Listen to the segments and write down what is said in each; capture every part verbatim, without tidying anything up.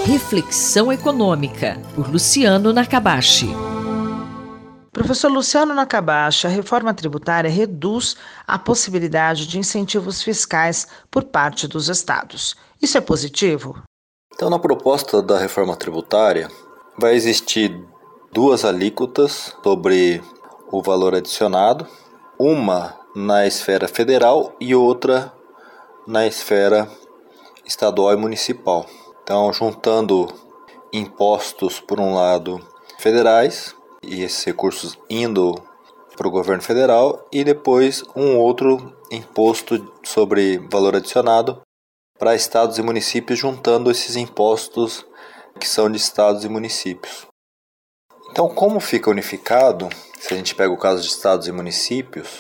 Reflexão Econômica, por Luciano Nakabashi. Professor Luciano Nakabashi, a reforma tributária reduz a possibilidade de incentivos fiscais por parte dos estados. Isso é positivo? Então, na proposta da reforma tributária, vai existir duas alíquotas sobre o valor adicionado, uma na esfera federal e outra na esfera estadual e municipal. Então, juntando impostos, por um lado, federais, e esses recursos indo para o governo federal, e depois um outro imposto sobre valor adicionado para estados e municípios, juntando esses impostos que são de estados e municípios. Então, como fica unificado, se a gente pega o caso de estados e municípios,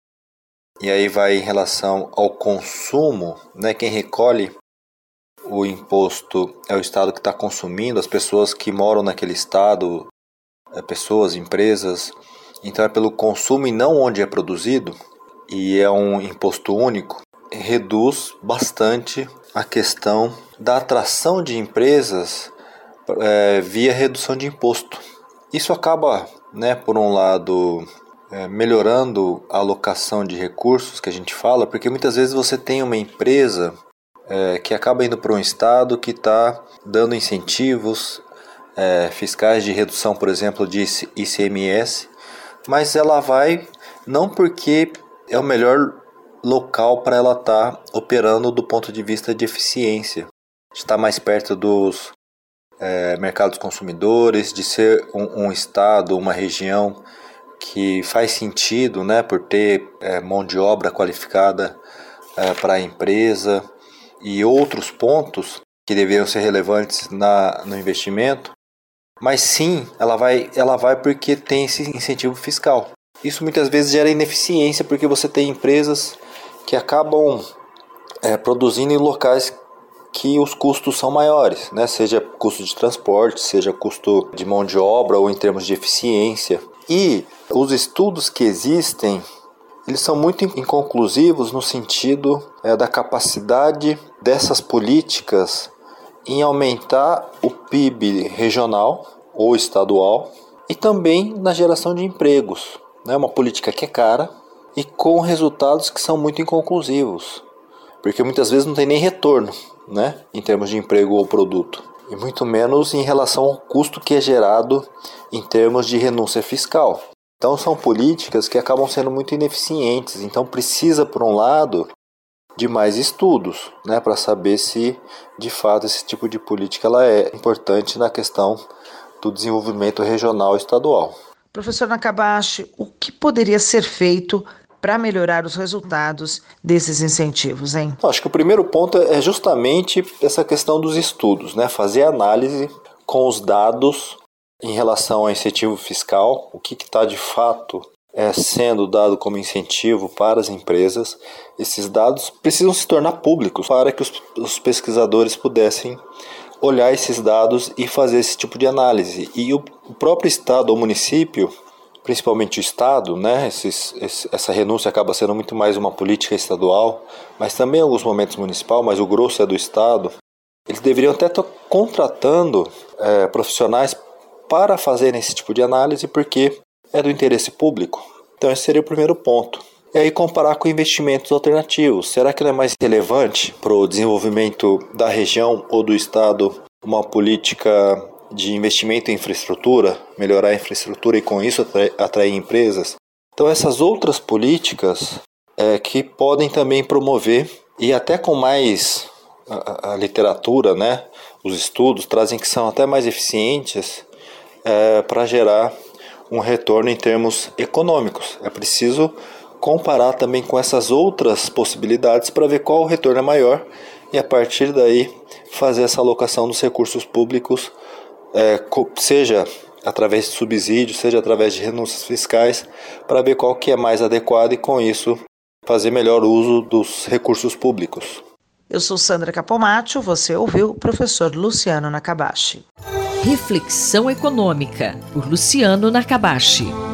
e aí vai em relação ao consumo, né, quem recolhe o imposto é o estado que está consumindo, as pessoas que moram naquele estado, é, pessoas, empresas, então é pelo consumo e não onde é produzido, e é um imposto único, reduz bastante a questão da atração de empresas é, via redução de imposto. Isso acaba, né, por um lado, é, melhorando a alocação de recursos que a gente fala, porque muitas vezes você tem uma empresa é, que acaba indo para um estado que está dando incentivos é, fiscais de redução, por exemplo, de I C M S, mas ela vai não porque é o melhor local para ela estar tá operando do ponto de vista de eficiência, de estar mais perto dos é, mercados consumidores, de ser um, um estado, uma região que faz sentido, né, por ter é, mão de obra qualificada é, para a empresa e outros pontos que deveriam ser relevantes na, no investimento, mas sim, ela vai, ela vai porque tem esse incentivo fiscal. Isso muitas vezes gera ineficiência, porque você tem empresas que acabam é, produzindo em locais que os custos são maiores, né? Seja custo de transporte, seja custo de mão de obra ou em termos de eficiência. E os estudos que existem, eles são muito inconclusivos no sentido é, da capacidade dessas políticas em aumentar o P I B regional ou estadual e também na geração de empregos. É uma política que é cara e com resultados que são muito inconclusivos, porque muitas vezes não tem nem retorno, né, em termos de emprego ou produto, e muito menos em relação ao custo que é gerado em termos de renúncia fiscal. Então são políticas que acabam sendo muito ineficientes, então precisa, por um lado, de mais estudos, né, para saber se de fato esse tipo de política ela é importante na questão do desenvolvimento regional e estadual. Professor Nakabashi, o que poderia ser feito para melhorar os resultados desses incentivos, hein? Acho que o primeiro ponto é justamente essa questão dos estudos, né? Fazer análise com os dados em relação ao incentivo fiscal, o que está de fato é, sendo dado como incentivo para as empresas. Esses dados precisam se tornar públicos para que os, os pesquisadores pudessem olhar esses dados e fazer esse tipo de análise. E o, o próprio estado ou município, principalmente o estado, né, esses, esse, essa renúncia acaba sendo muito mais uma política estadual, mas também em alguns momentos municipal, mas o grosso é do estado, eles deveriam até estar contratando é, profissionais para fazerem esse tipo de análise, porque é do interesse público. Então esse seria o primeiro ponto. E aí comparar com investimentos alternativos. Será que não é mais relevante para o desenvolvimento da região ou do estado uma política de investimento em infraestrutura, melhorar a infraestrutura e com isso atrair, atrair empresas? Então essas outras políticas é, que podem também promover, e até com mais a, a literatura, né, os estudos trazem que são até mais eficientes é, para gerar um retorno em termos econômicos. É preciso comparar também com essas outras possibilidades para ver qual o retorno é maior e a partir daí fazer essa alocação dos recursos públicos, é, seja através de subsídios, seja através de renúncias fiscais, para ver qual que é mais adequado e com isso fazer melhor uso dos recursos públicos. Eu sou Sandra Capomatto, você ouviu o professor Luciano Nakabashi. Reflexão Econômica, por Luciano Nakabashi.